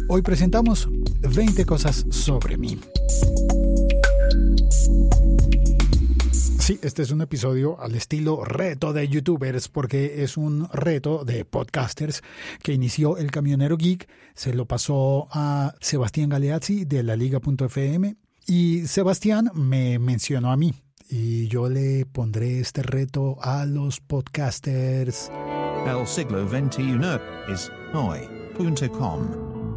Hoy presentamos 20 cosas sobre mí. Sí, este es un episodio al estilo reto de youtubers porque es un reto de podcasters que inició el Camionero Geek, se lo pasó a Sebastián Galeazzi de la Liga.fm y Sebastián me mencionó a mí y yo le pondré este reto a los podcasters. El siglo XXI es hoy.com.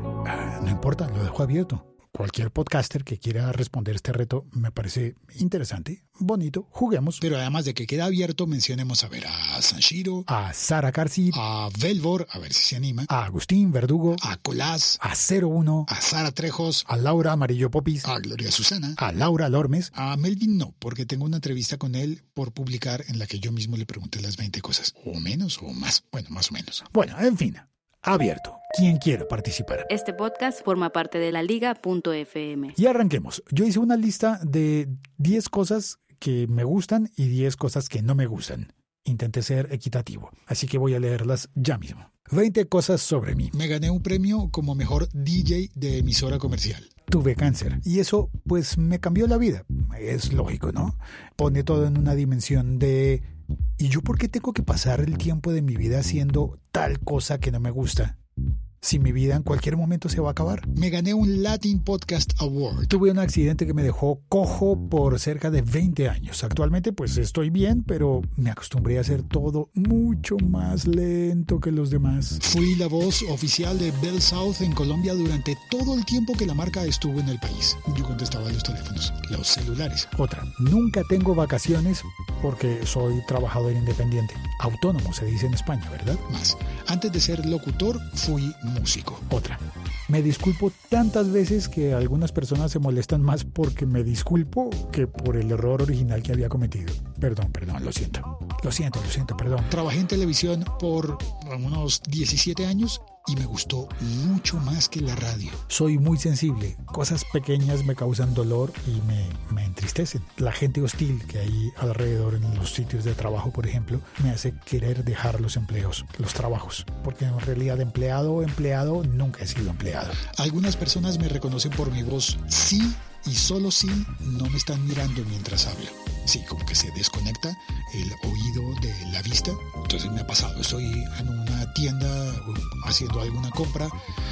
No importa, lo dejo abierto. Cualquier podcaster que quiera responder este reto me parece interesante, bonito, juguemos. Pero además de que queda abierto, mencionemos a Sanshiro, a Sara Carci, a Velvor, a ver si se anima, a Agustín Verdugo, a Colás, a 01, a Sara Trejos, a Laura Amarillo Popis, a Gloria Susana, a Laura Lormes, a Melvin no, porque tengo una entrevista con él por publicar en la que yo mismo le pregunté las 20 cosas, o menos o más, bueno, más o menos. Bueno, en fin. Abierto. ¿Quién quiere participar? Este podcast forma parte de la Liga.fm. Y arranquemos. Yo hice una lista de 10 cosas que me gustan y 10 cosas que no me gustan. Intenté ser equitativo, así que voy a leerlas ya mismo. 20 cosas sobre mí. Me gané un premio como mejor DJ de emisora comercial. Tuve cáncer y eso pues me cambió la vida. Es lógico, ¿no? Pone todo en una dimensión de... ¿Y yo por qué tengo que pasar el tiempo de mi vida haciendo tal cosa que no me gusta? Si mi vida en cualquier momento se va a acabar. Me gané un Latin Podcast Award. Tuve un accidente que me dejó cojo por cerca de 20 años. Actualmente pues estoy bien, pero me acostumbré a hacer todo mucho más lento que los demás. Fui la voz oficial de Bell South en Colombia durante todo el tiempo que la marca estuvo en el país. Yo contestaba los teléfonos, los celulares. Otra, nunca tengo vacaciones porque soy trabajador independiente. Autónomo se dice en España, ¿verdad? Más, antes de ser locutor fui músico. Otra. Me disculpo tantas veces que algunas personas se molestan más porque me disculpo que por el error original que había cometido. Perdón, lo siento. Lo siento, perdón. Trabajé en televisión por unos 17 años y me gustó mucho más que la radio. Soy muy sensible. Cosas pequeñas me causan dolor y me entristecen. La gente hostil que hay alrededor en los sitios de trabajo, por ejemplo, me hace querer dejar los empleos, los trabajos. Porque en realidad empleado, nunca he sido empleado. Algunas personas me reconocen por mi voz. Sí y solo si no me están mirando mientras hablo. Sí, como que se desconecta el oído de la vista. Entonces me ha pasado, estoy en una tienda haciendo alguna compra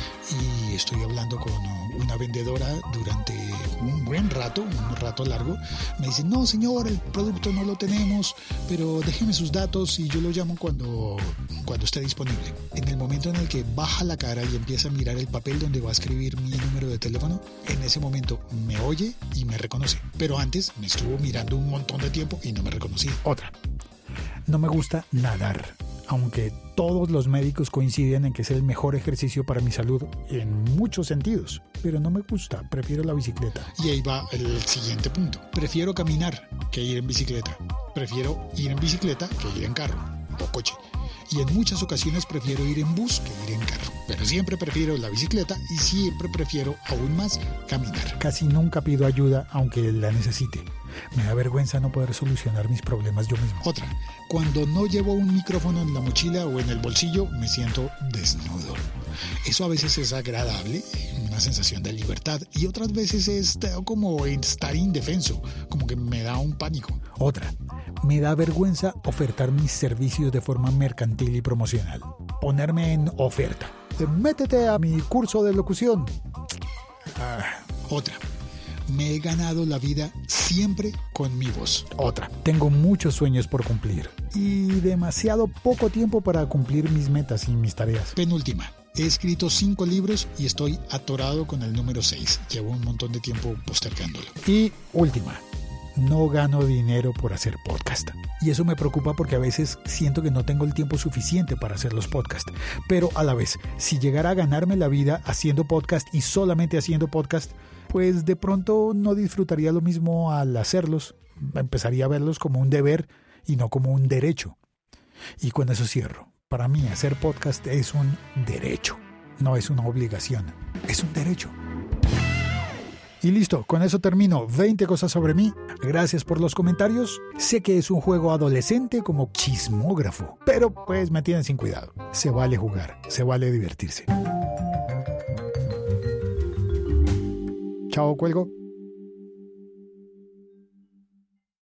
y estoy hablando con una vendedora durante un buen rato, un rato largo. Me dice, no señor, el producto no lo tenemos, pero déjeme sus datos y yo lo llamo cuando esté disponible. En el momento en el que baja la cara y empieza a mirar el papel donde va a escribir mi número de teléfono, en ese momento me oye y me reconoce. Pero antes me estuvo mirando un montón de tiempo y no me reconocí. Otra. No me gusta nadar, aunque todos los médicos coinciden en que es el mejor ejercicio para mi salud en muchos sentidos. Pero no me gusta, prefiero la bicicleta. Y ahí va el siguiente punto. Prefiero caminar que ir en bicicleta. Prefiero ir en bicicleta que ir en carro o coche. Y en muchas ocasiones prefiero ir en bus que ir en carro. Pero siempre prefiero la bicicleta y siempre prefiero aún más caminar. Casi nunca pido ayuda aunque la necesite. Me da vergüenza no poder solucionar mis problemas yo mismo. Otra, cuando no llevo un micrófono en la mochila o en el bolsillo, me siento desnudo. Eso a veces es agradable, una sensación de libertad, y otras veces es como estar indefenso, como que me da un pánico. Otra, me da vergüenza ofertar mis servicios de forma mercantil y promocional. Ponerme en oferta. Métete a mi curso de locución. Otra. Me he ganado la vida siempre con mi voz. Otra. Tengo muchos sueños por cumplir y demasiado poco tiempo para cumplir mis metas y mis tareas. Penúltima. He escrito 5 libros y estoy atorado con el número 6. Llevo un montón de tiempo postergándolo. Y última. No gano dinero por hacer podcast. Y eso me preocupa porque a veces siento que no tengo el tiempo suficiente para hacer los podcasts. Pero a la vez, si llegara a ganarme la vida haciendo podcast y solamente haciendo podcast, pues de pronto no disfrutaría lo mismo al hacerlos. Empezaría a verlos como un deber y no como un derecho. Y con eso cierro. Para mí hacer podcast es un derecho, no es una obligación, es un derecho. Y listo, con eso termino. 20 cosas sobre mí. Gracias por los comentarios. Sé que es un juego adolescente como chismógrafo, pero pues me tienen sin cuidado. Se vale jugar, se vale divertirse. Chao, cuelgo.